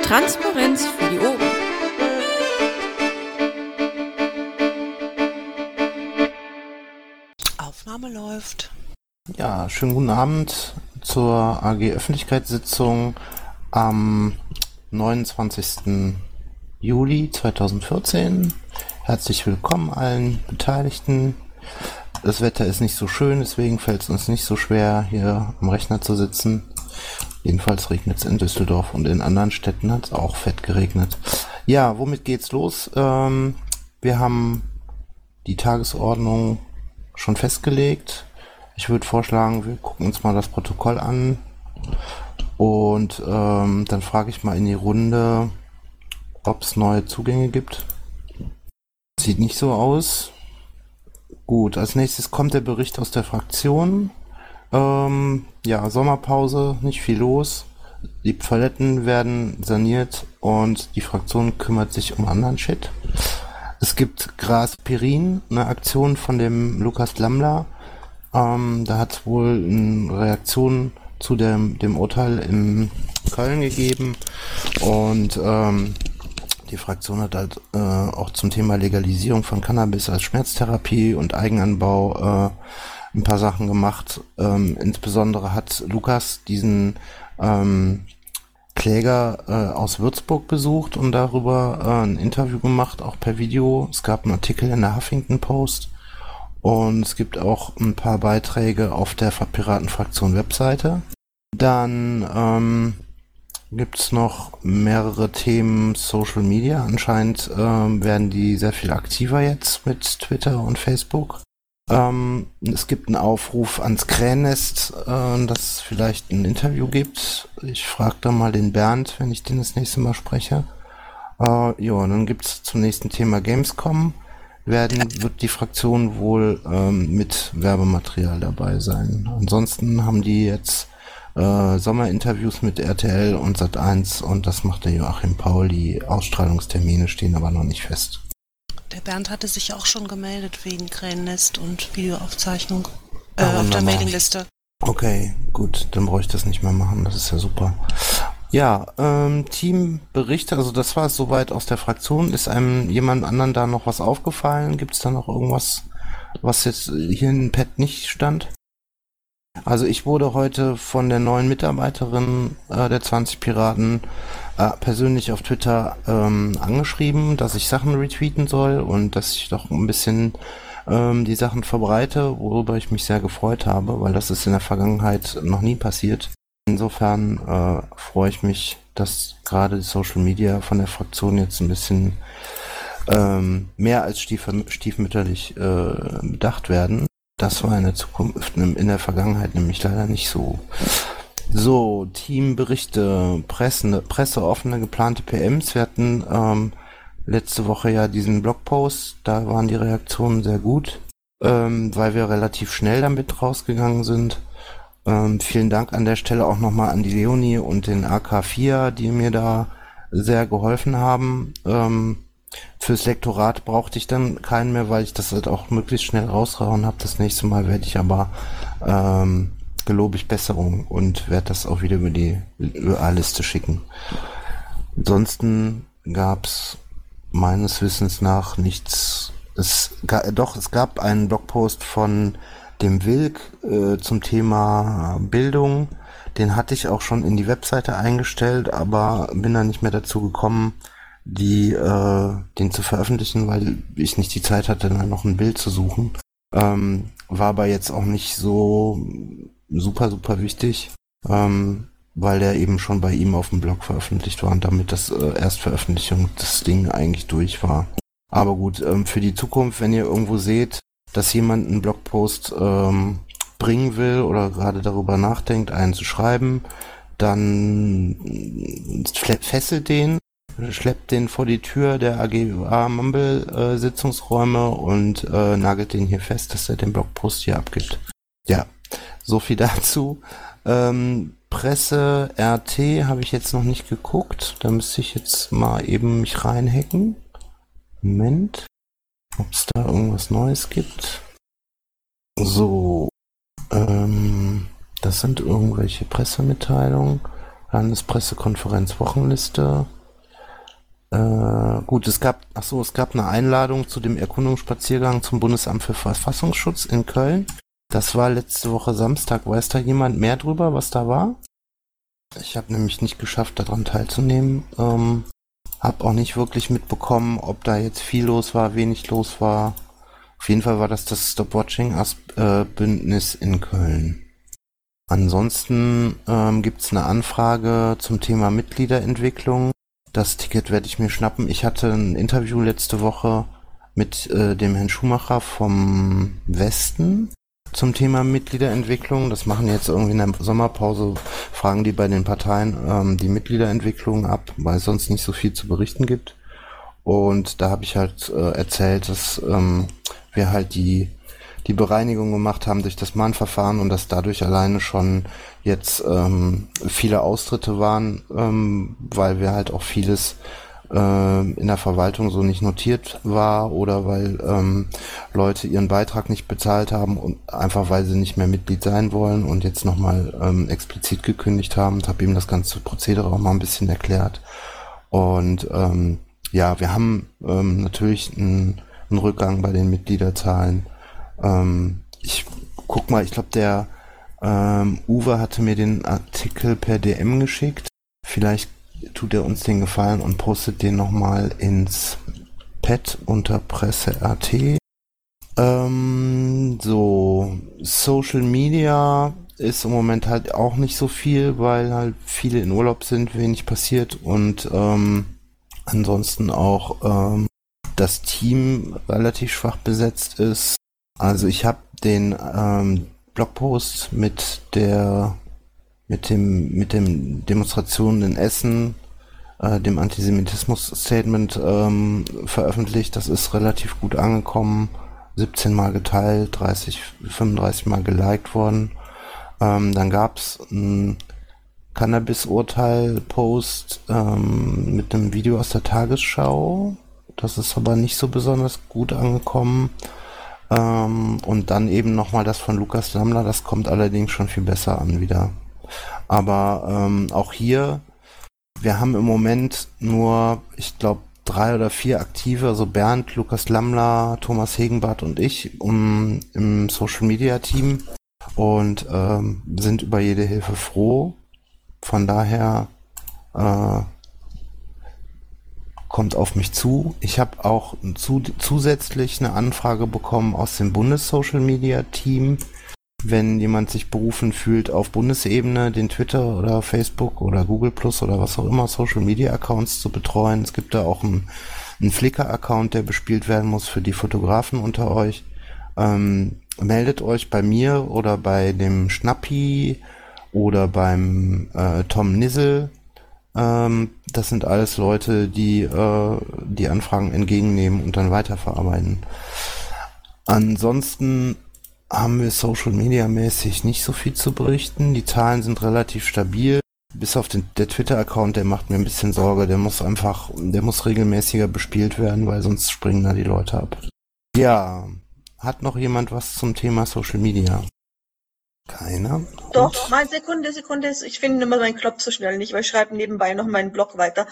Transparenz für die Ohren. Aufnahme läuft. Ja, schönen guten Abend zur AG Öffentlichkeitssitzung am 29. Juli 2014. Herzlich willkommen allen Beteiligten. Das Wetter ist nicht so schön, deswegen fällt es uns nicht so schwer, hier am Rechner zu sitzen. Jedenfalls regnet es in Düsseldorf und in anderen Städten hat es auch fett geregnet. Ja, womit geht's los? Wir haben die Tagesordnung schon festgelegt. Ich würde vorschlagen, wir gucken uns mal das Protokoll an und dann frage ich mal in die Runde, ob es neue Zugänge gibt. Sieht nicht so aus. Gut, als nächstes kommt der Bericht aus der Fraktion. Ja, Sommerpause, nicht viel los. Die Toiletten werden saniert und die Fraktion kümmert sich um anderen Shit. Es gibt Graspirin, eine Aktion von dem Lukas Lammler. Da hat es wohl eine Reaktion zu dem Urteil in Köln gegeben und die Fraktion hat halt auch zum Thema Legalisierung von Cannabis als Schmerztherapie und Eigenanbau ein paar Sachen gemacht. Insbesondere hat Lukas diesen Kläger aus Würzburg besucht und darüber ein Interview gemacht, auch per Video. Es gab einen Artikel in der Huffington Post und es gibt auch ein paar Beiträge auf der Piratenfraktion-Webseite. Dann gibt's noch mehrere Themen Social Media. Anscheinend werden die sehr viel aktiver jetzt mit Twitter und Facebook. Es gibt einen Aufruf ans Krähennest, dass es vielleicht ein Interview gibt. Ich frage da mal den Bernd, wenn ich den das nächste Mal spreche. Ja, dann gibt's zum nächsten Thema Gamescom. Wird die Fraktion wohl mit Werbematerial dabei sein. Ansonsten haben die jetzt Sommerinterviews mit RTL und Sat.1 und das macht der Joachim Paul. Die Ausstrahlungstermine stehen aber noch nicht fest. Der Bernd hatte sich auch schon gemeldet wegen Krähennest und Videoaufzeichnung auf der Mailingliste. Okay, gut, dann brauche ich das nicht mehr machen, das ist ja super. Ja, Teamberichte, also das war es soweit aus der Fraktion. Ist einem jemand anderen da noch was aufgefallen? Gibt es da noch irgendwas, was jetzt hier in Pad nicht stand? Also ich wurde heute von der neuen Mitarbeiterin der 20 Piraten persönlich auf Twitter angeschrieben, dass ich Sachen retweeten soll und dass ich doch ein bisschen die Sachen verbreite, worüber ich mich sehr gefreut habe, weil das ist in der Vergangenheit noch nie passiert. Insofern freue ich mich, dass gerade die Social Media von der Fraktion jetzt ein bisschen mehr als stiefmütterlich bedacht werden. Das war in der Zukunft, in der Vergangenheit nämlich leider nicht so. So, Teamberichte, presseoffene geplante PMs. Wir hatten letzte Woche ja diesen Blogpost, da waren die Reaktionen sehr gut, weil wir relativ schnell damit rausgegangen sind. Vielen Dank an der Stelle auch nochmal an die Leonie und den AK4, die mir da sehr geholfen haben. Fürs Lektorat brauchte ich dann keinen mehr, weil ich das halt auch möglichst schnell raushauen habe. Das nächste Mal werde ich aber gelobe ich Besserung und werde das auch wieder über die ÖA-Liste schicken. Ansonsten gab's meines Wissens nach nichts. Es gab einen Blogpost von dem Wilk zum Thema Bildung. Den hatte ich auch schon in die Webseite eingestellt, aber bin dann nicht mehr dazu gekommen, den zu veröffentlichen, weil ich nicht die Zeit hatte, dann noch ein Bild zu suchen. War aber jetzt auch nicht so super wichtig, weil der eben schon bei ihm auf dem Blog veröffentlicht war und damit das Erstveröffentlichung das Ding eigentlich durch war. Aber gut, für die Zukunft, wenn ihr irgendwo seht, dass jemand einen Blogpost bringen will oder gerade darüber nachdenkt, einen zu schreiben, dann fesselt den, schleppt den vor die Tür der AGA Mumble Sitzungsräume und nagelt den hier fest, dass er den Blogpost hier abgibt. Ja, so viel dazu. Presse RT habe ich jetzt noch nicht geguckt. Da müsste ich jetzt mal eben mich reinhacken. Moment. Ob es da irgendwas Neues gibt. So. Das sind irgendwelche Pressemitteilungen. Landespressekonferenz Wochenliste. Gut, es gab eine Einladung zu dem Erkundungsspaziergang zum Bundesamt für Verfassungsschutz in Köln. Das war letzte Woche Samstag. Weiß da jemand mehr drüber, was da war? Ich habe nämlich nicht geschafft, daran teilzunehmen. Hab auch nicht wirklich mitbekommen, ob da jetzt viel los war, wenig los war. Auf jeden Fall war das Stop-Watching-Bündnis in Köln. Ansonsten gibt's eine Anfrage zum Thema Mitgliederentwicklung. Das Ticket werde ich mir schnappen. Ich hatte ein Interview letzte Woche mit dem Herrn Schumacher vom Westen zum Thema Mitgliederentwicklung. Das machen jetzt irgendwie in der Sommerpause, fragen die bei den Parteien die Mitgliederentwicklung ab, weil es sonst nicht so viel zu berichten gibt. Und da habe ich halt erzählt, dass wir halt die Bereinigung gemacht haben durch das Mahnverfahren und dass dadurch alleine schon jetzt viele Austritte waren, weil wir halt auch vieles in der Verwaltung so nicht notiert war oder weil Leute ihren Beitrag nicht bezahlt haben und einfach weil sie nicht mehr Mitglied sein wollen und jetzt nochmal explizit gekündigt haben und habe ihm das ganze Prozedere auch mal ein bisschen erklärt. Und ja, wir haben natürlich einen Rückgang bei den Mitgliederzahlen. Ich guck mal, ich glaube der Uwe hatte mir den Artikel per DM geschickt. Vielleicht tut er uns den Gefallen und postet den nochmal ins Pad unter Presse.at. So, Social Media ist im Moment halt auch nicht so viel, weil halt viele in Urlaub sind, wenig passiert und ansonsten auch das Team relativ schwach besetzt ist. Also ich habe den Blogpost mit dem Demonstrationen in Essen, dem Antisemitismus-Statement veröffentlicht. Das ist relativ gut angekommen. 17 Mal geteilt, 35 Mal geliked worden. Dann gab's ein Cannabis-Urteil-Post mit einem Video aus der Tagesschau. Das ist aber nicht so besonders gut angekommen. Und dann eben nochmal das von Lukas Lammler, das kommt allerdings schon viel besser an wieder. Aber auch hier, wir haben im Moment nur, ich glaube, 3 oder 4 Aktive, also Bernd, Lukas Lammler, Thomas Hegenbart und ich im Social Media Team und sind über jede Hilfe froh. Von daher kommt auf mich zu. Ich habe auch zusätzlich eine Anfrage bekommen aus dem Bundes-Social-Media-Team, wenn jemand sich berufen fühlt, auf Bundesebene den Twitter oder Facebook oder Google Plus oder was auch immer Social-Media-Accounts zu betreuen. Es gibt da auch einen Flickr-Account, der bespielt werden muss für die Fotografen unter euch. Meldet euch bei mir oder bei dem Schnappi oder beim Tom Nissel. Das sind alles Leute, die die Anfragen entgegennehmen und dann weiterverarbeiten. Ansonsten haben wir Social Media mäßig nicht so viel zu berichten. Die Zahlen sind relativ stabil. Bis auf der Twitter-Account, der macht mir ein bisschen Sorge. Der muss regelmäßiger bespielt werden, weil sonst springen da die Leute ab. Ja, hat noch jemand was zum Thema Social Media? Keiner? Doch, mal Sekunde. Ich finde immer meinen Knopf so schnell nicht, weil ich schreibe nebenbei noch meinen Blog weiter.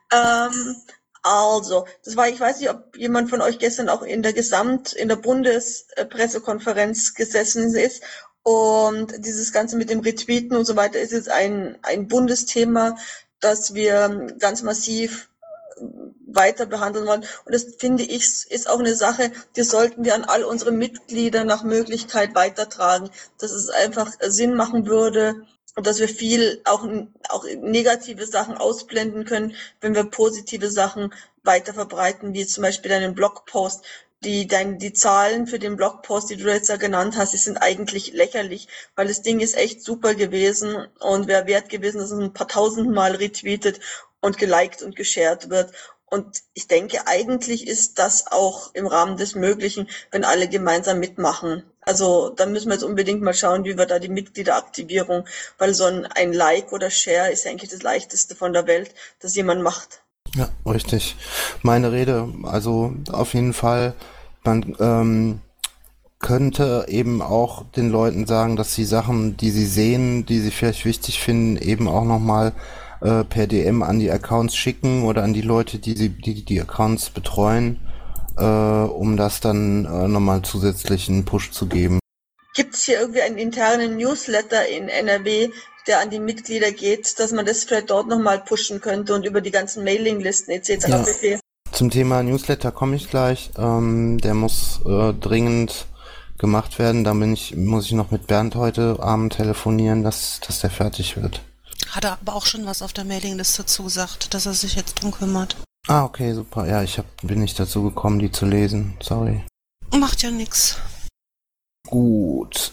Also, ich weiß nicht, ob jemand von euch gestern auch in der Bundespressekonferenz gesessen ist. Und dieses Ganze mit dem Retweeten und so weiter ist jetzt ein Bundesthema, das wir ganz massiv weiter behandeln wollen. Und das finde ich ist auch eine Sache, die sollten wir an all unsere Mitglieder nach Möglichkeit weitertragen, dass es einfach Sinn machen würde und dass wir viel auch negative Sachen ausblenden können, wenn wir positive Sachen weiter verbreiten, wie zum Beispiel deinen Blogpost. Die Zahlen für den Blogpost, die du jetzt ja genannt hast, die sind eigentlich lächerlich, weil das Ding ist echt super gewesen und wäre wert gewesen, dass es ein paar tausendmal retweetet und geliked und geshared wird. Und ich denke, eigentlich ist das auch im Rahmen des Möglichen, wenn alle gemeinsam mitmachen. Also da müssen wir jetzt unbedingt mal schauen, wie wir da die Mitgliederaktivierung, weil so ein Like oder Share ist eigentlich das Leichteste von der Welt, das jemand macht. Ja, richtig. Meine Rede, also auf jeden Fall, man könnte eben auch den Leuten sagen, dass sie Sachen, die sie sehen, die sie vielleicht wichtig finden, eben auch nochmal per DM an die Accounts schicken oder an die Leute, die Accounts betreuen, um das dann nochmal zusätzlichen Push zu geben. Gibt es hier irgendwie einen internen Newsletter in NRW, der an die Mitglieder geht, dass man das vielleicht dort nochmal pushen könnte und über die ganzen Mailinglisten etc. Ja. pp. Zum Thema Newsletter komme ich gleich. Der muss dringend gemacht werden. Da muss ich noch mit Bernd heute Abend telefonieren, dass der fertig wird. Hat er aber auch schon was auf der Mailingliste zugesagt, dass er sich jetzt drum kümmert. Ah, okay, super. Ja, bin nicht dazu gekommen, die zu lesen. Sorry. Macht ja nix. Gut.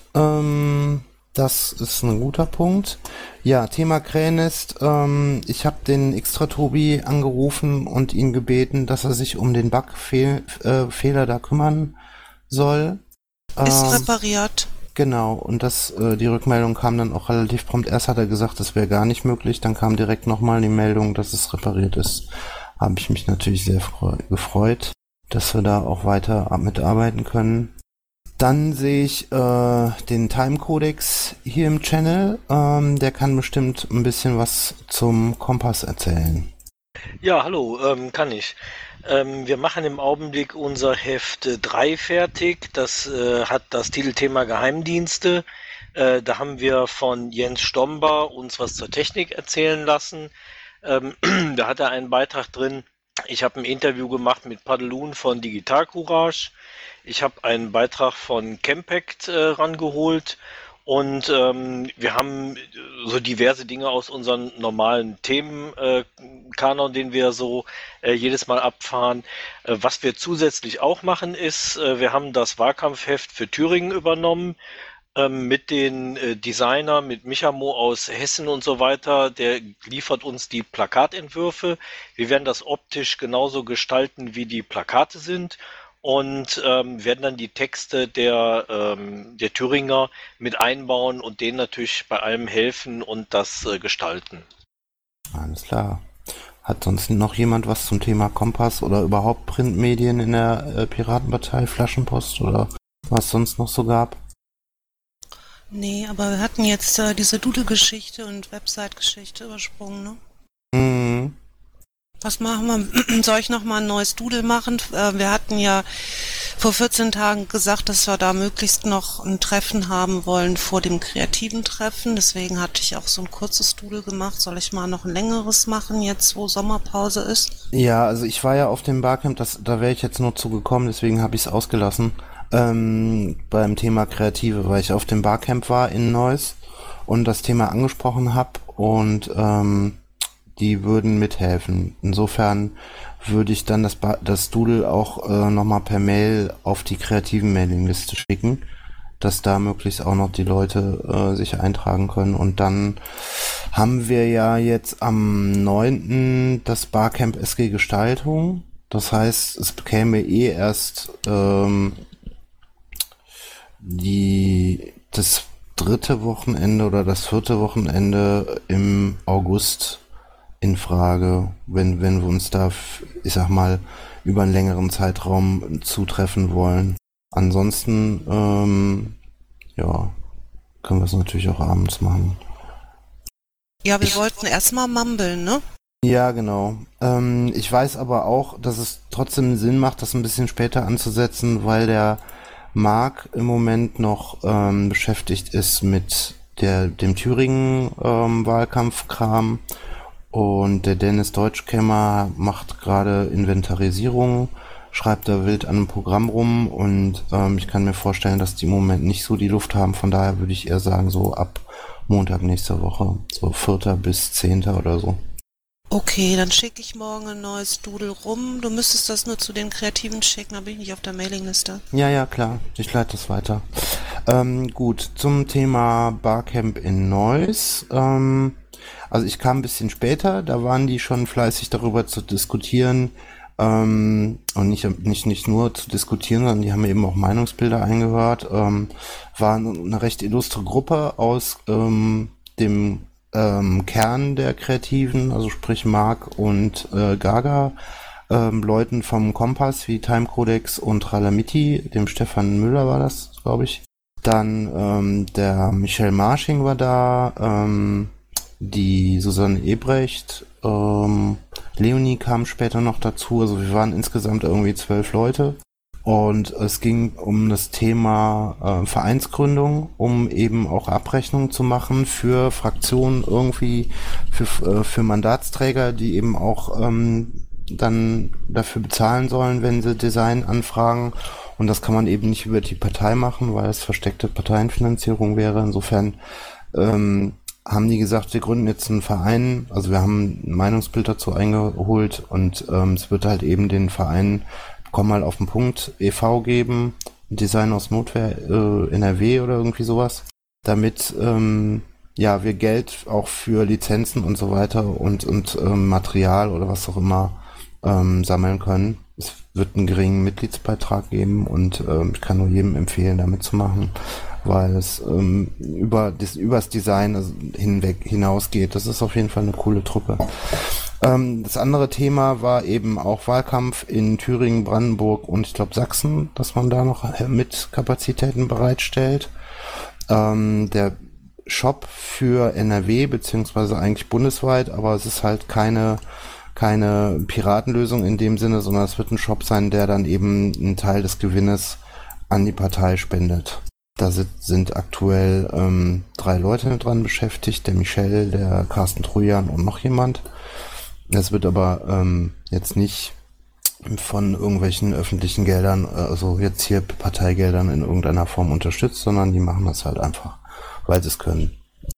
Das ist ein guter Punkt. Ja, Thema Krähennest. Ich habe den Extra-Tobi angerufen und ihn gebeten, dass er sich um den Bugfehler da kümmern soll. Ist repariert. Genau, und die Rückmeldung kam dann auch relativ prompt. Erst hat er gesagt, das wäre gar nicht möglich, dann kam direkt nochmal die Meldung, dass es repariert ist. Habe ich mich natürlich sehr gefreut, dass wir da auch weiter mitarbeiten können. Dann sehe ich den Time-Codex hier im Channel. Der kann bestimmt ein bisschen was zum Kompass erzählen. Ja, hallo, kann ich. Wir machen im Augenblick unser Heft 3 fertig. Das hat das Titelthema Geheimdienste. Da haben wir von Jens Stomber uns was zur Technik erzählen lassen. Da hat er einen Beitrag drin. Ich habe ein Interview gemacht mit Padelun von Digital Courage. Ich habe einen Beitrag von Campact rangeholt. Und wir haben so diverse Dinge aus unseren normalen Themenkanon, den wir so jedes Mal abfahren. Was wir zusätzlich auch machen ist, wir haben das Wahlkampfheft für Thüringen übernommen mit den Designer, mit Michamo aus Hessen und so weiter. Der liefert uns die Plakatentwürfe. Wir werden das optisch genauso gestalten, wie die Plakate sind. Und werden dann die Texte der Thüringer mit einbauen und denen natürlich bei allem helfen und das gestalten. Alles klar. Hat sonst noch jemand was zum Thema Kompass oder überhaupt Printmedien in der Piratenpartei, Flaschenpost oder was sonst noch so gab? Nee, aber wir hatten jetzt diese Doodle-Geschichte und Website-Geschichte übersprungen, ne? Mhm. Was machen wir? Soll ich nochmal ein neues Doodle machen? Wir hatten ja vor 14 Tagen gesagt, dass wir da möglichst noch ein Treffen haben wollen vor dem kreativen Treffen. Deswegen hatte ich auch so ein kurzes Doodle gemacht. Soll ich mal noch ein längeres machen, jetzt wo Sommerpause ist? Ja, also ich war ja auf dem Barcamp, da wäre ich jetzt nur zugekommen, deswegen habe ich es ausgelassen. Beim Thema Kreative, weil ich auf dem Barcamp war in Neuss und das Thema angesprochen habe und die würden mithelfen. Insofern würde ich dann das Doodle auch nochmal per Mail auf die kreativen Mailingliste schicken, dass da möglichst auch noch die Leute sich eintragen können. Und dann haben wir ja jetzt am 9. das Barcamp SG Gestaltung. Das heißt, es bekäme erst das 3. Wochenende oder das 4. Wochenende im August in Frage, wenn wir uns da, ich sag mal, über einen längeren Zeitraum zutreffen wollen. Ansonsten, ja, können wir es natürlich auch abends machen. Ja, wir wollten erstmal mumbeln, ne? Ja, genau. Ich weiß aber auch, dass es trotzdem Sinn macht, das ein bisschen später anzusetzen, weil der Marc im Moment noch beschäftigt ist mit dem Thüringen-Wahlkampfkram. Und der Dennis Deutschkämmer macht gerade Inventarisierung, schreibt da wild an einem Programm rum und ich kann mir vorstellen, dass die im Moment nicht so die Luft haben. Von daher würde ich eher sagen, so ab Montag nächste Woche, so 4. bis 10. oder so. Okay, dann schicke ich morgen ein neues Doodle rum. Du müsstest das nur zu den Kreativen schicken, da bin ich nicht auf der Mailingliste. Ja, klar. Ich leite das weiter. Gut, zum Thema Barcamp in Neuss. Also ich kam ein bisschen später, da waren die schon fleißig darüber zu diskutieren und nicht nur zu diskutieren, sondern die haben eben auch Meinungsbilder eingehört. War eine recht illustre Gruppe aus dem Kern der Kreativen, also sprich Marc und Gaga, Leuten vom Kompass wie Time Codex und Ralamiti, dem Stefan Müller war das, glaube ich. Dann der Michel Marsching war da, die Susanne Ebrecht, Leonie kam später noch dazu, also wir waren insgesamt irgendwie 12 Leute und es ging um das Thema Vereinsgründung, um eben auch Abrechnungen zu machen für Fraktionen irgendwie, für Mandatsträger, die eben auch dann dafür bezahlen sollen, wenn sie Design anfragen. Und das kann man eben nicht über die Partei machen, weil es versteckte Parteienfinanzierung wäre. Insofern haben die gesagt, wir gründen jetzt einen Verein. Also wir haben ein Meinungsbild dazu eingeholt und es wird halt eben den Verein Komm mal auf den Punkt e.V. geben, Design aus Notwehr NRW oder irgendwie sowas, damit wir Geld auch für Lizenzen und so weiter und Material oder was auch immer sammeln können. Es wird einen geringen Mitgliedsbeitrag geben und ich kann nur jedem empfehlen, da mitzumachen, weil es übers Design hinausgeht. Das ist auf jeden Fall eine coole Truppe. Das andere Thema war eben auch Wahlkampf in Thüringen, Brandenburg und ich glaube Sachsen, dass man da noch mit Kapazitäten bereitstellt. Der Shop für NRW, beziehungsweise eigentlich bundesweit, aber es ist halt keine Piratenlösung in dem Sinne, sondern es wird ein Shop sein, der dann eben einen Teil des Gewinnes an die Partei spendet. Da sind aktuell 3 Leute dran beschäftigt, der Michel, der Carsten Trujan und noch jemand. Das wird aber jetzt nicht von irgendwelchen öffentlichen Geldern, also jetzt hier Parteigeldern in irgendeiner Form unterstützt, sondern die machen das halt einfach, weil sie es können.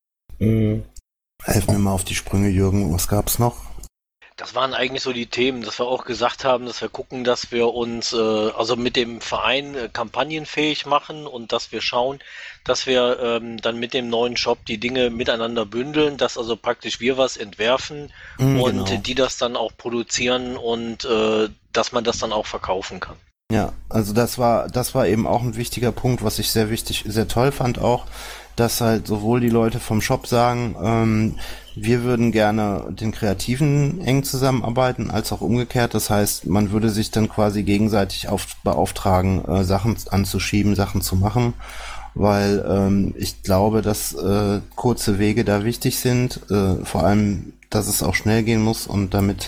Helf mir mal auf die Sprünge, Jürgen, was gab's noch? Das waren eigentlich so die Themen, dass wir auch gesagt haben, dass wir gucken, dass wir uns also mit dem Verein kampagnenfähig machen und dass wir schauen, dass wir dann mit dem neuen Shop die Dinge miteinander bündeln, dass also praktisch wir was entwerfen und genau. Die das dann auch produzieren und dass man das dann auch verkaufen kann. Ja, also das war eben auch ein wichtiger Punkt, was ich sehr toll fand auch, dass halt sowohl die Leute vom Shop sagen, wir würden gerne den Kreativen eng zusammenarbeiten, als auch umgekehrt. Das heißt, man würde sich dann quasi gegenseitig beauftragen, Sachen anzuschieben, Sachen zu machen, weil ich glaube, dass kurze Wege da wichtig sind, vor allem, dass es auch schnell gehen muss und damit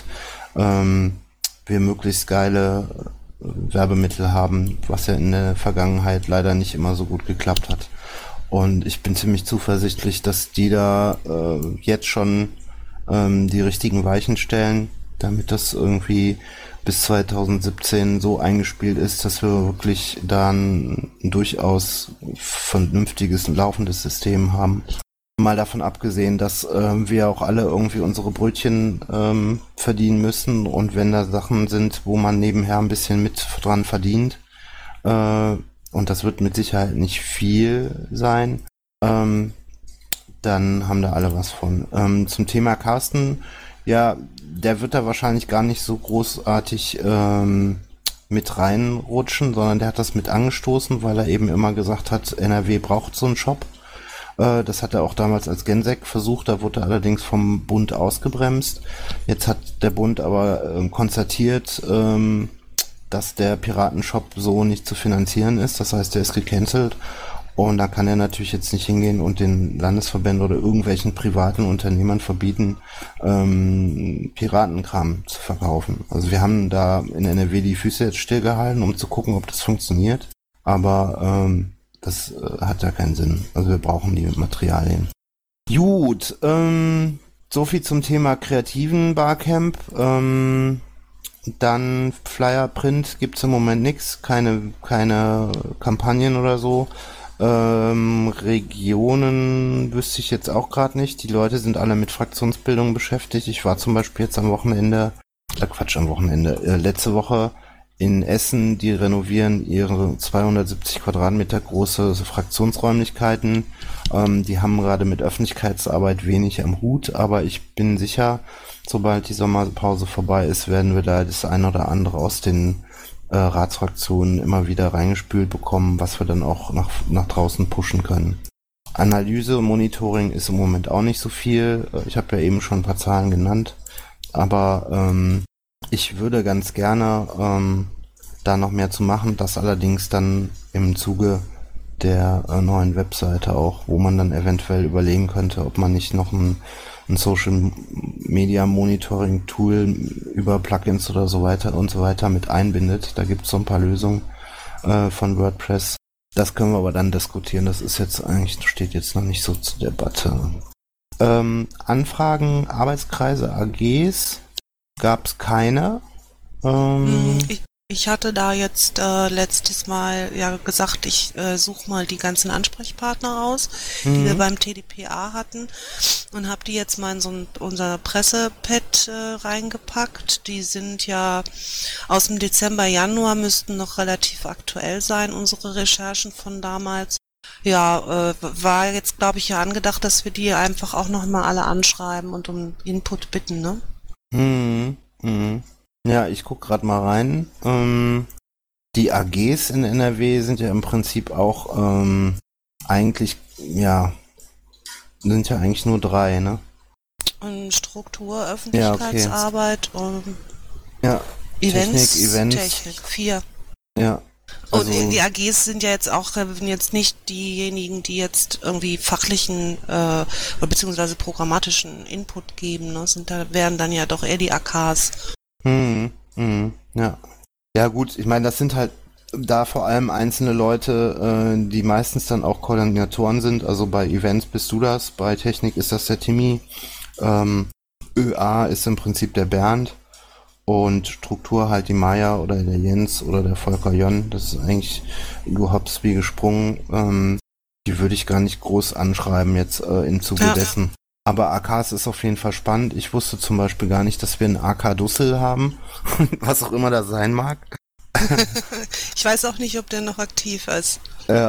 wir möglichst geile Werbemittel haben, was ja in der Vergangenheit leider nicht immer so gut geklappt hat. Und ich bin ziemlich zuversichtlich, dass die da jetzt schon die richtigen Weichen stellen, damit das irgendwie bis 2017 so eingespielt ist, dass wir wirklich da ein durchaus vernünftiges, laufendes System haben. Mal davon abgesehen, dass wir auch alle irgendwie unsere Brötchen verdienen müssen und wenn da Sachen sind, wo man nebenher ein bisschen mit dran verdient, und das wird mit Sicherheit nicht viel sein, dann haben da alle was von. Zum Thema Carsten, ja, der wird da wahrscheinlich gar nicht so großartig mit reinrutschen, sondern der hat das mit angestoßen, weil er eben immer gesagt hat, NRW braucht so einen Shop. Das hat er auch damals als Gensek versucht, da wurde er allerdings vom Bund ausgebremst. Jetzt hat der Bund aber konstatiert, dass der Piratenshop so nicht zu finanzieren ist. Das heißt, der ist gecancelt und da kann er natürlich jetzt nicht hingehen und den Landesverbänden oder irgendwelchen privaten Unternehmern verbieten, Piratenkram zu verkaufen. Also wir haben da in NRW die Füße jetzt stillgehalten, um zu gucken, ob das funktioniert. Aber das hat ja keinen Sinn. Also wir brauchen die Materialien. Gut, so viel zum Thema kreativen Barcamp. Dann Flyer, Print gibt's im Moment nix, keine Kampagnen oder so. Regionen wüsste ich jetzt auch gerade nicht. Die Leute sind alle mit Fraktionsbildung beschäftigt. Ich war zum Beispiel jetzt letzte Woche in Essen. Die renovieren ihre 270 Quadratmeter große Fraktionsräumlichkeiten. Die haben gerade mit Öffentlichkeitsarbeit wenig am Hut, aber ich bin sicher, sobald die Sommerpause vorbei ist, werden wir da das ein oder andere aus den Ratsfraktionen immer wieder reingespült bekommen, was wir dann auch nach draußen pushen können. Analyse und Monitoring ist im Moment auch nicht so viel. Ich habe ja eben schon ein paar Zahlen genannt, aber ich würde ganz gerne da noch mehr zu machen, das allerdings dann im Zuge der neuen Webseite auch, wo man dann eventuell überlegen könnte, ob man nicht noch ein ein Social Media Monitoring Tool über Plugins oder so weiter und so weiter mit einbindet. Da gibt es so ein paar Lösungen von WordPress. Das können wir aber dann diskutieren. Das ist jetzt eigentlich, steht jetzt noch nicht so zur Debatte. Anfragen, Arbeitskreise, AGs gab es keine. Ich hatte da jetzt letztes Mal ja gesagt, ich suche mal die ganzen Ansprechpartner aus, die wir beim TDPA hatten, und habe die jetzt mal in unser Pressepad reingepackt. Die sind ja aus dem Dezember, Januar, müssten noch relativ aktuell sein, unsere Recherchen von damals. Ja, war jetzt, glaube ich, ja angedacht, dass wir die einfach auch nochmal alle anschreiben und um Input bitten, ne? Ja, ich guck gerade mal rein. Die AGs in NRW sind ja im Prinzip auch eigentlich, ja, sind ja eigentlich nur 3, ne? Und Struktur, Öffentlichkeitsarbeit, ja, Events, Technik, Technik, 4. Ja. Also, und die AGs sind ja jetzt auch jetzt nicht diejenigen, die jetzt irgendwie fachlichen oder beziehungsweise programmatischen Input geben, ne? Wären dann ja doch eher die AKs. Ja. Ja gut, ich meine, das sind halt da vor allem einzelne Leute, die meistens dann auch Koordinatoren sind. Also bei Events bist du das, bei Technik ist das der Timmy, ÖA ist im Prinzip der Bernd und Struktur halt die Maya oder der Jens oder der Volker Jon. Das ist eigentlich, du hoppst wie gesprungen. Die würde ich gar nicht groß anschreiben jetzt im Zuge dessen. Aber AKs ist auf jeden Fall spannend. Ich wusste zum Beispiel gar nicht, dass wir einen AK Dussel haben, was auch immer das sein mag. Ich weiß auch nicht, ob der noch aktiv ist.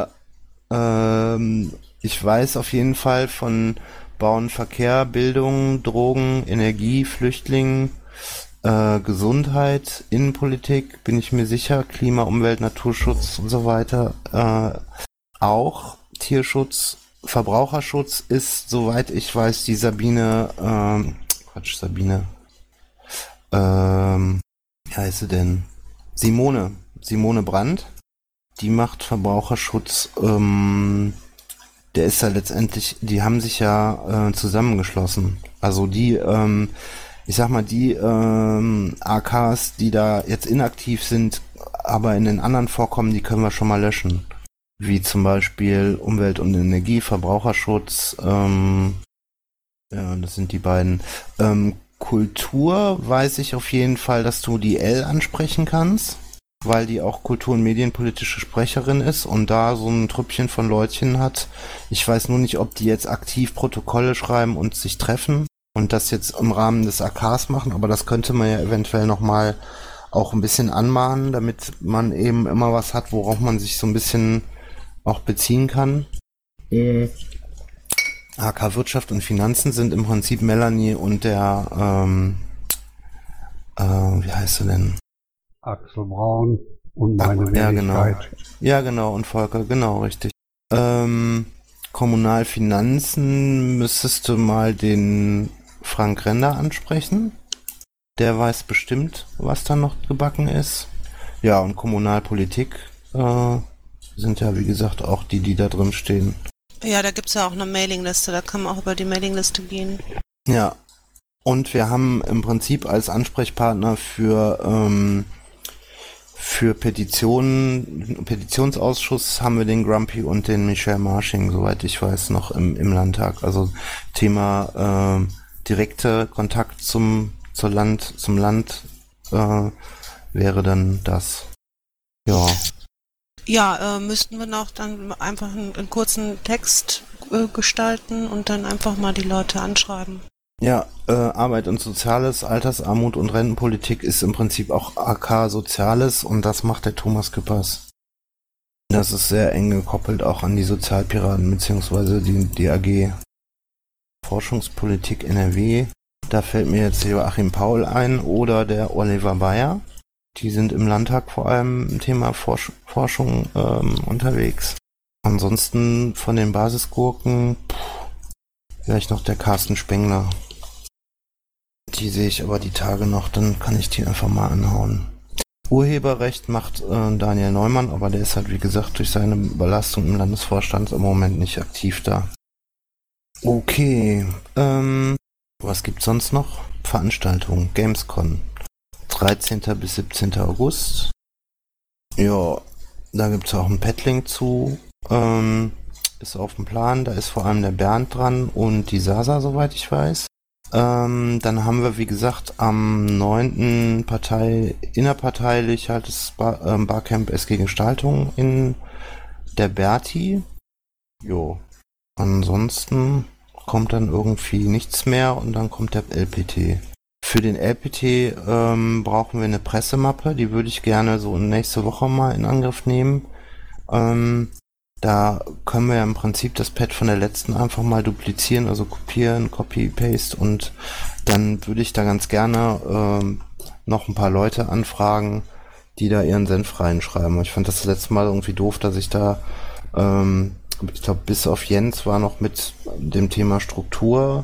Ich weiß auf jeden Fall von Bauen, Verkehr, Bildung, Drogen, Energie, Flüchtlingen, Gesundheit, Innenpolitik, bin ich mir sicher, Klima, Umwelt, Naturschutz und so weiter. Auch Tierschutz, Verbraucherschutz ist, soweit ich weiß, die Sabine, wie heißt sie denn? Simone Brandt, die macht Verbraucherschutz, der ist ja letztendlich, die haben sich ja zusammengeschlossen. Also die, ich sag mal, die AKs, die da jetzt inaktiv sind, aber in den anderen vorkommen, die können wir schon mal löschen. Wie zum Beispiel Umwelt- und Energie, Verbraucherschutz, ja, das sind die beiden. Kultur weiß ich auf jeden Fall, dass du die L ansprechen kannst, weil die auch Kultur- und medienpolitische Sprecherin ist und da so ein Trüppchen von Leutchen hat. Ich weiß nur nicht, ob die jetzt aktiv Protokolle schreiben und sich treffen und das jetzt im Rahmen des AKs machen, aber das könnte man ja eventuell nochmal auch ein bisschen anmahnen, damit man eben immer was hat, worauf man sich so ein bisschen auch beziehen kann. AK Wirtschaft und Finanzen sind im Prinzip Melanie und der, wie heißt sie denn? Axel Braun und meine Wenigkeit. Ja, genau, und Volker, genau, richtig. Kommunalfinanzen müsstest du mal den Frank Render ansprechen. Der weiß bestimmt, was da noch gebacken ist. Ja, und Kommunalpolitik, sind ja, wie gesagt, auch die da drin stehen. Ja, da gibt's ja auch eine Mailingliste, da kann man auch über die Mailingliste gehen. Ja, und wir haben im Prinzip als Ansprechpartner für Petitionen, Petitionsausschuss haben wir den Grumpy und den Michel Marsching, soweit ich weiß, noch im Landtag. Also Thema direkte Kontakt zum Land wäre dann das. Ja. Ja, müssten wir noch dann einfach einen kurzen Text gestalten und dann einfach mal die Leute anschreiben. Ja, Arbeit und Soziales, Altersarmut und Rentenpolitik ist im Prinzip auch AK Soziales und das macht der Thomas Küppers. Das ist sehr eng gekoppelt auch an die Sozialpiraten beziehungsweise die AG Forschungspolitik NRW. Da fällt mir jetzt Joachim Paul ein oder der Oliver Bayer. Die sind im Landtag vor allem im Thema Forschung unterwegs. Ansonsten von den Basisgurken vielleicht noch der Carsten Spengler. Die sehe ich aber die Tage noch, dann kann ich die einfach mal anhauen. Urheberrecht macht Daniel Neumann, aber der ist halt wie gesagt durch seine Belastung im Landesvorstand im Moment nicht aktiv da. Okay, Was gibt's sonst noch? Veranstaltungen, Gamescom, 13. bis 17. August. Ja, da gibt's auch einen Padlink zu. Ist auf dem Plan, da ist vor allem der Bernd dran und die Sasa, soweit ich weiß. Dann haben wir, wie gesagt, am 9. innerparteilich halt das Barcamp SG Gestaltung in der Berti. Jo. Ansonsten kommt dann irgendwie nichts mehr und dann kommt der LPT. Für den LPT brauchen wir eine Pressemappe, die würde ich gerne so nächste Woche mal in Angriff nehmen. Da können wir ja im Prinzip das Pad von der letzten einfach mal duplizieren, also kopieren, Copy-Paste und dann würde ich da ganz gerne noch ein paar Leute anfragen, die da ihren Senf reinschreiben. Ich fand das letzte Mal irgendwie doof, dass ich da, ich glaube bis auf Jens war noch mit dem Thema Struktur.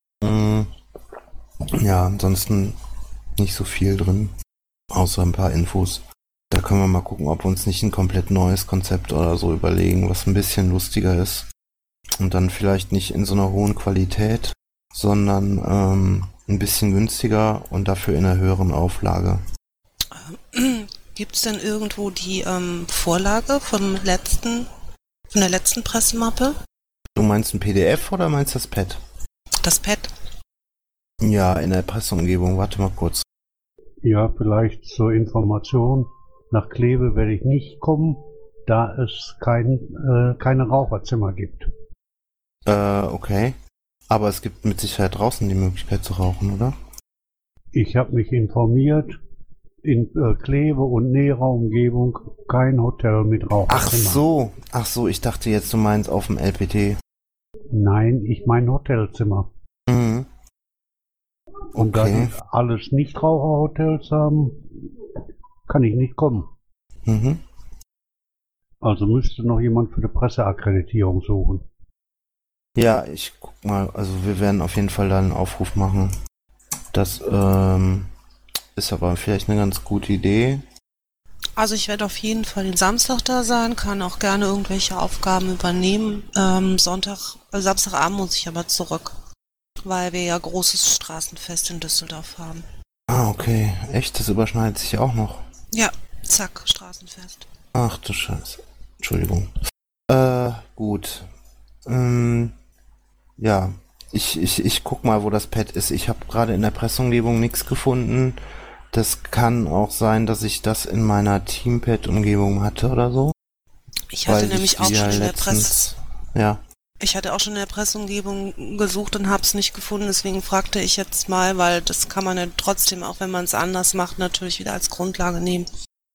Ja, ansonsten nicht so viel drin, außer ein paar Infos. Da können wir mal gucken, ob wir uns nicht ein komplett neues Konzept oder so überlegen, was ein bisschen lustiger ist. Und dann vielleicht nicht in so einer hohen Qualität, sondern ein bisschen günstiger und dafür in einer höheren Auflage. Gibt es denn irgendwo die Vorlage von der letzten Pressemappe? Du meinst ein PDF oder meinst das Pad? Das Pad. Ja, in der Presseumgebung. Warte mal kurz. Ja, vielleicht zur Information. Nach Kleve werde ich nicht kommen, da es keine Raucherzimmer gibt. Okay. Aber es gibt mit Sicherheit draußen die Möglichkeit zu rauchen, oder? Ich habe mich informiert. In Kleve und näherer Umgebung kein Hotel mit Raucherzimmer. Ach so, ich dachte jetzt, du meinst auf dem LPT. Nein, ich meine Hotelzimmer. Mhm. Und da Okay. die alles Nichtraucherhotels haben, kann ich nicht kommen. Mhm. Also müsste noch jemand für die Presseakkreditierung suchen. Ja, ich guck mal, also wir werden auf jeden Fall da einen Aufruf machen. Das ist aber vielleicht eine ganz gute Idee. Also ich werde auf jeden Fall den Samstag da sein, kann auch gerne irgendwelche Aufgaben übernehmen. Samstagabend muss ich aber zurück, weil wir ja großes Straßenfest in Düsseldorf haben. Ah, okay. Echt? Das überschneidet sich auch noch. Ja, zack, Straßenfest. Ach du Scheiße. Entschuldigung. Gut. Ja, ich guck mal, wo das Pad ist. Ich habe gerade in der Presseumgebung nichts gefunden. Das kann auch sein, dass ich das in meiner Teampad-Umgebung hatte oder so. Ich hatte Weil nämlich ich auch die schon ja in der letztens- Ja. Ich hatte auch schon in der Presseumgebung gesucht und habe es nicht gefunden, deswegen fragte ich jetzt mal, weil das kann man ja trotzdem, auch wenn man es anders macht, natürlich wieder als Grundlage nehmen.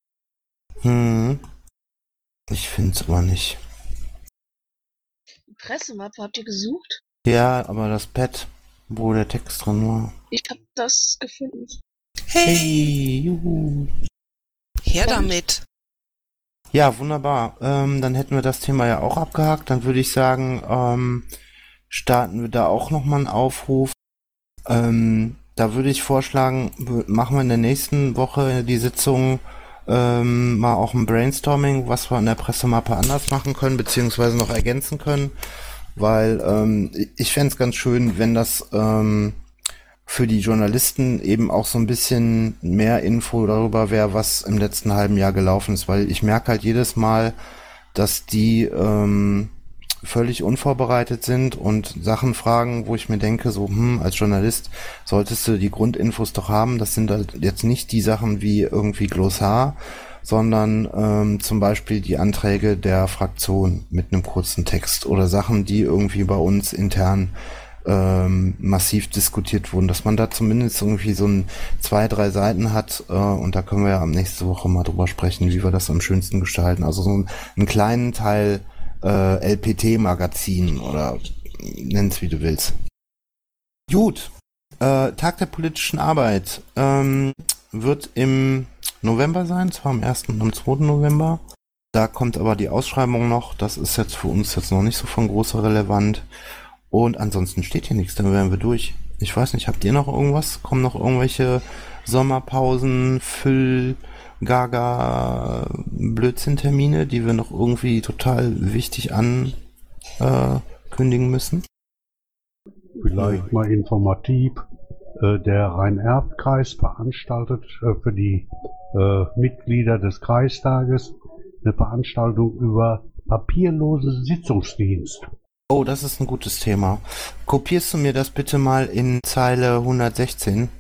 Ich finde es aber nicht. Die Pressemappe habt ihr gesucht? Ja, aber das Pad, wo der Text drin war. Ich hab das gefunden. Hey, juhu. Her damit! Ja, wunderbar. Dann hätten wir das Thema ja auch abgehakt. Dann würde ich sagen, starten wir da auch nochmal einen Aufruf. Da würde ich vorschlagen, machen wir in der nächsten Woche die Sitzung mal auch ein Brainstorming, was wir in der Pressemappe anders machen können, beziehungsweise noch ergänzen können. Weil ich fände es ganz schön, wenn das für die Journalisten eben auch so ein bisschen mehr Info darüber wäre, was im letzten halben Jahr gelaufen ist, weil ich merke halt jedes Mal, dass die völlig unvorbereitet sind und Sachen fragen, wo ich mir denke, so, als Journalist solltest du die Grundinfos doch haben. Das sind halt jetzt nicht die Sachen wie irgendwie Glossar, sondern zum Beispiel die Anträge der Fraktion mit einem kurzen Text oder Sachen, die irgendwie bei uns intern massiv diskutiert wurden, dass man da zumindest irgendwie so 2-3 Seiten hat und da können wir ja nächste Woche mal drüber sprechen, wie wir das am schönsten gestalten. Also so einen kleinen Teil LPT-Magazin oder nenn's wie du willst. Gut, Tag der politischen Arbeit wird im November sein, zwar am 1. und am 2. November. Da kommt aber die Ausschreibung noch, das ist jetzt für uns jetzt noch nicht so von großer Relevanz. Und ansonsten steht hier nichts, dann wären wir durch. Ich weiß nicht, habt ihr noch irgendwas? Kommen noch irgendwelche Sommerpausen, Gaga, Blödsinn-Termine, die wir noch irgendwie total wichtig ankündigen müssen? vielleicht mal informativ. Der Rhein-Erft-Kreis veranstaltet für die Mitglieder des Kreistages eine Veranstaltung über papierlose Sitzungsdienst. Oh, das ist ein gutes Thema. Kopierst du mir das bitte mal in Zeile 116?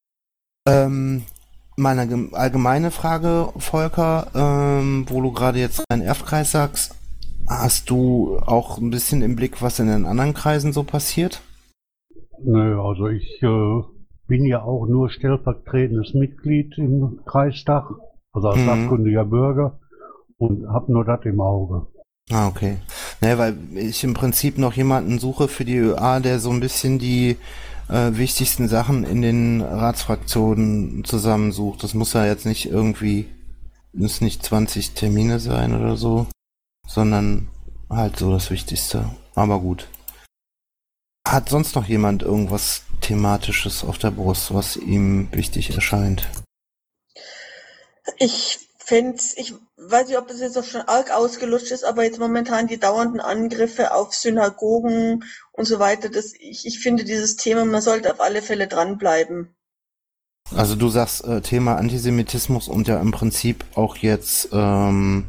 Meine allgemeine Frage, Volker, wo du gerade jetzt Rhein-Erft-Kreis sagst, hast du auch ein bisschen im Blick, was in den anderen Kreisen so passiert? Nö, also ich bin ja auch nur stellvertretendes Mitglied im Kreistag, also als sachkundiger Bürger und habe nur das im Auge. Ah, okay. Ne, weil ich im Prinzip noch jemanden suche für die ÖA, der so ein bisschen die wichtigsten Sachen in den Ratsfraktionen zusammensucht. Das muss ja jetzt nicht irgendwie, muss nicht 20 Termine sein oder so, sondern halt so das Wichtigste. Aber gut. Hat sonst noch jemand irgendwas Thematisches auf der Brust, was ihm wichtig erscheint? Ich weiß nicht, ob das jetzt auch schon arg ausgelutscht ist, aber jetzt momentan die dauernden Angriffe auf Synagogen und so weiter, ich finde dieses Thema, man sollte auf alle Fälle dranbleiben. Also du sagst Thema Antisemitismus und ja im Prinzip auch jetzt, wie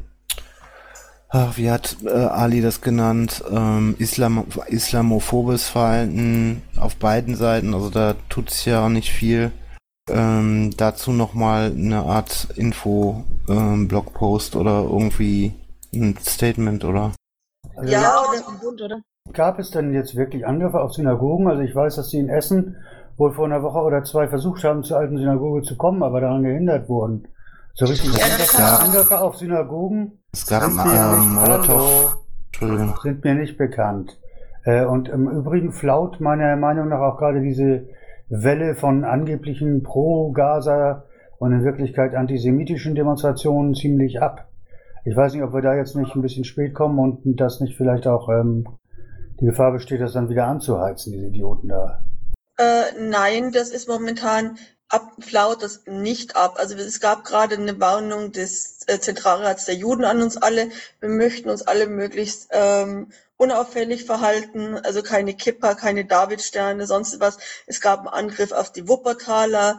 hat Ali das genannt, islamophobes Verhalten auf beiden Seiten, also da tut es ja auch nicht viel. Dazu nochmal eine Art Info-Blogpost oder irgendwie ein Statement, oder? Also Ja, aus dem Bund, oder? Gab es denn jetzt wirklich Angriffe auf Synagogen? Also ich weiß, dass die in Essen wohl vor einer Woche oder zwei versucht haben, zur alten Synagoge zu kommen, aber daran gehindert wurden. So richtig Angriffe auf Synagogen Es gab Entschuldigung. sind mir nicht bekannt. Und im Übrigen flaut meiner Meinung nach auch gerade diese Welle von angeblichen Pro-Gaza und in Wirklichkeit antisemitischen Demonstrationen ziemlich ab. Ich weiß nicht, ob wir da jetzt nicht ein bisschen spät kommen und dass nicht vielleicht auch die Gefahr besteht, das dann wieder anzuheizen, diese Idioten da. Nein, das ist momentan flaut das nicht ab. Also es gab gerade eine Warnung des Zentralrats der Juden an uns alle. Wir möchten uns alle möglichst unauffällig verhalten, also keine Kippa, keine Davidsterne, sonst was. Es gab einen Angriff auf die Wuppertaler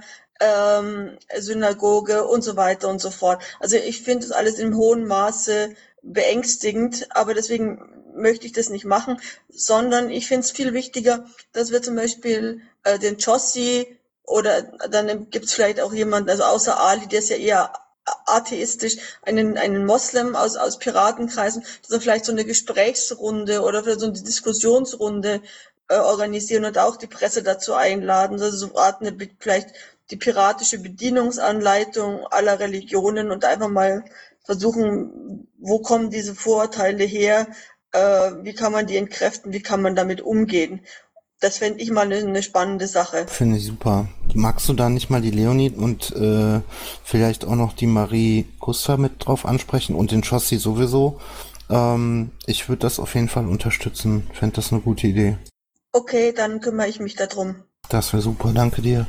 Synagoge und so weiter und so fort. Also ich finde das alles in hohem Maße beängstigend, aber deswegen möchte ich das nicht machen, sondern ich finde es viel wichtiger, dass wir zum Beispiel den Jossi oder dann gibt es vielleicht auch jemanden, also außer Ali, der ist ja eher atheistisch, einen Moslem aus Piratenkreisen, dass er vielleicht so eine Gesprächsrunde oder vielleicht so eine Diskussionsrunde organisieren und auch die Presse dazu einladen, also so vielleicht die piratische Bedienungsanleitung aller Religionen und einfach mal versuchen, wo kommen diese Vorurteile her, wie kann man die entkräften, wie kann man damit umgehen. Das fände ich mal eine spannende Sache. Finde ich super. Magst du da nicht mal die Leonie und vielleicht auch noch die Marie Guster mit drauf ansprechen und den Chossi sowieso? Ich würde das auf jeden Fall unterstützen. Fände das eine gute Idee. Okay, dann kümmere ich mich darum. Das wäre super, danke dir.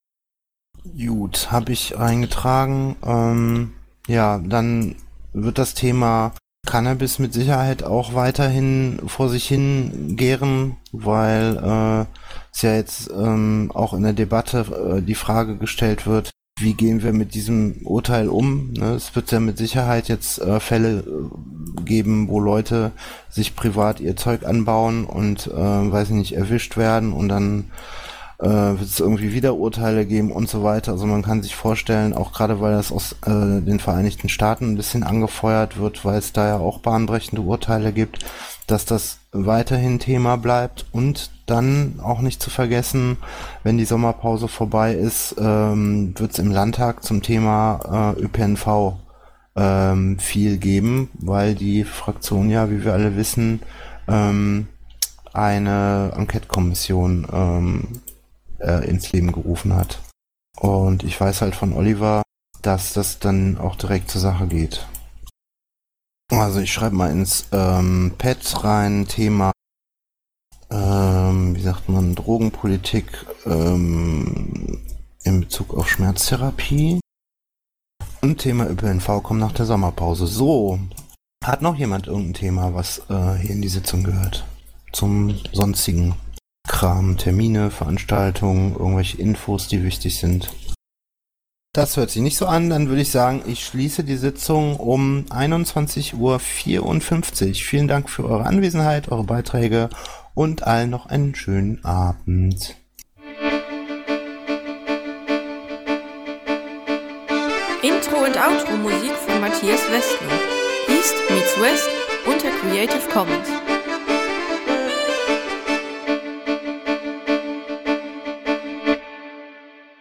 Gut, habe ich eingetragen. Ja, dann wird das Thema Cannabis mit Sicherheit auch weiterhin vor sich hin gären, weil es ja jetzt auch in der Debatte die Frage gestellt wird, wie gehen wir mit diesem Urteil um? Ne? Es wird ja mit Sicherheit jetzt Fälle geben, wo Leute sich privat ihr Zeug anbauen und, weiß ich nicht, erwischt werden und dann wird es irgendwie wieder Urteile geben und so weiter. Also man kann sich vorstellen, auch gerade weil das aus den Vereinigten Staaten ein bisschen angefeuert wird, weil es da ja auch bahnbrechende Urteile gibt, dass das weiterhin Thema bleibt und dann auch nicht zu vergessen, wenn die Sommerpause vorbei ist, wird es im Landtag zum Thema ÖPNV viel geben, weil die Fraktion ja, wie wir alle wissen, eine Enquete-Kommission ins Leben gerufen hat. Und ich weiß halt von Oliver, dass das dann auch direkt zur Sache geht. Also ich schreibe mal ins Pad rein, Thema, wie sagt man, Drogenpolitik in Bezug auf Schmerztherapie. Und Thema ÖPNV kommt nach der Sommerpause. So, hat noch jemand irgendein Thema, was hier in die Sitzung gehört? Zum sonstigen Kram. Kram, Termine, Veranstaltungen, irgendwelche Infos, die wichtig sind. Das hört sich nicht so an, dann würde ich sagen, ich schließe die Sitzung um 21:54 Uhr. Vielen Dank für eure Anwesenheit, eure Beiträge und allen noch einen schönen Abend. Intro und Outro Musik von Matthias Westlund. East meets West unter Creative Commons.